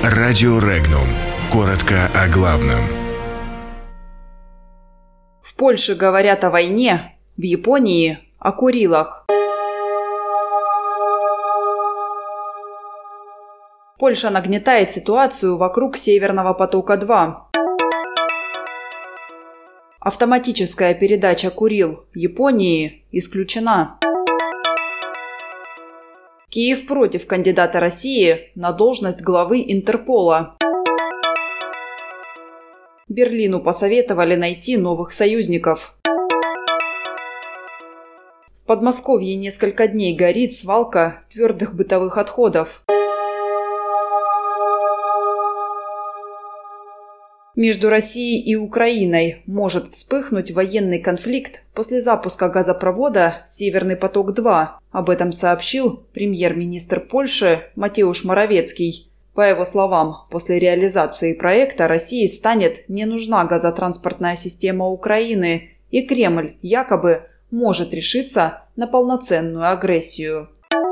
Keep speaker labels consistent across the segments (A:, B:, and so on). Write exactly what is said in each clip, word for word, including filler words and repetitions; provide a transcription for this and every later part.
A: Радио Регнум. Коротко о главном.
B: В Польше говорят о войне, в Японии – о Курилах. Польша нагнетает ситуацию вокруг Северного потока-два. Автоматическая передача Курил Японии исключена. Киев против кандидата России на должность главы Интерпола. Берлину посоветовали найти новых союзников. В Подмосковье несколько дней горит свалка твердых бытовых отходов. Между Россией и Украиной может вспыхнуть военный конфликт после запуска газопровода «Северный поток-два». Об этом сообщил премьер-министр Польши Матеуш Моровецкий. По его словам, после реализации проекта России станет не нужна газотранспортная система Украины, и Кремль якобы может решиться на полноценную агрессию.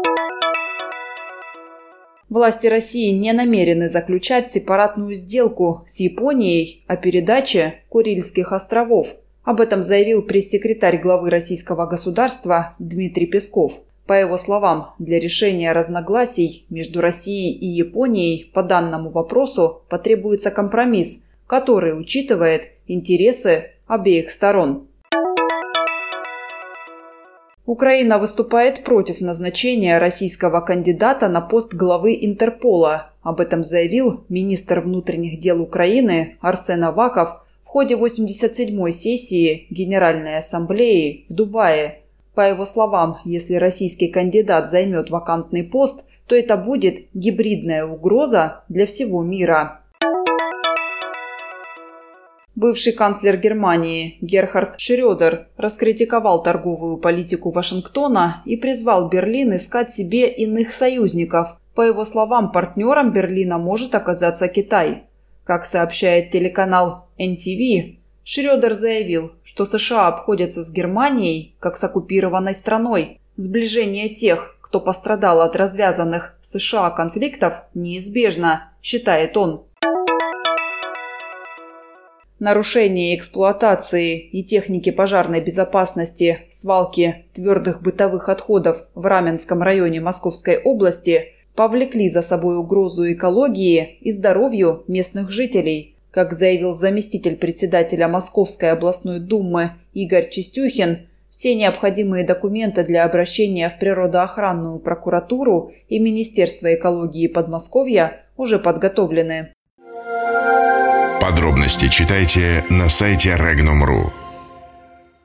B: Власти России не намерены заключать сепаратную сделку с Японией о передаче Курильских островов. Об этом заявил пресс-секретарь главы российского государства Дмитрий Песков. По его словам, для решения разногласий между Россией и Японией по данному вопросу потребуется компромисс, который учитывает интересы обеих сторон. Украина выступает против назначения российского кандидата на пост главы Интерпола. Об этом заявил министр внутренних дел Украины Арсен Аваков в ходе восемьдесят седьмой сессии Генеральной Ассамблеи в Дубае. По его словам, если российский кандидат займет вакантный пост, то это будет гибридная угроза для всего мира. Бывший канцлер Германии Герхард Шрёдер раскритиковал торговую политику Вашингтона и призвал Берлин искать себе иных союзников. По его словам, партнером Берлина может оказаться Китай. Как сообщает телеканал эн ти ви, Шрёдер заявил, что США обходятся с Германией как с оккупированной страной. Сближение тех, кто пострадал от развязанных США конфликтов, неизбежно, считает он. Нарушение эксплуатации и техники пожарной безопасности в свалке твердых бытовых отходов в Раменском районе Московской области повлекли за собой угрозу экологии и здоровью местных жителей. Как заявил заместитель председателя Московской областной думы Игорь Чистюхин, все необходимые документы для обращения в природоохранную прокуратуру и Министерство экологии Подмосковья уже подготовлены.
A: Подробности читайте на сайте регнум точка ру.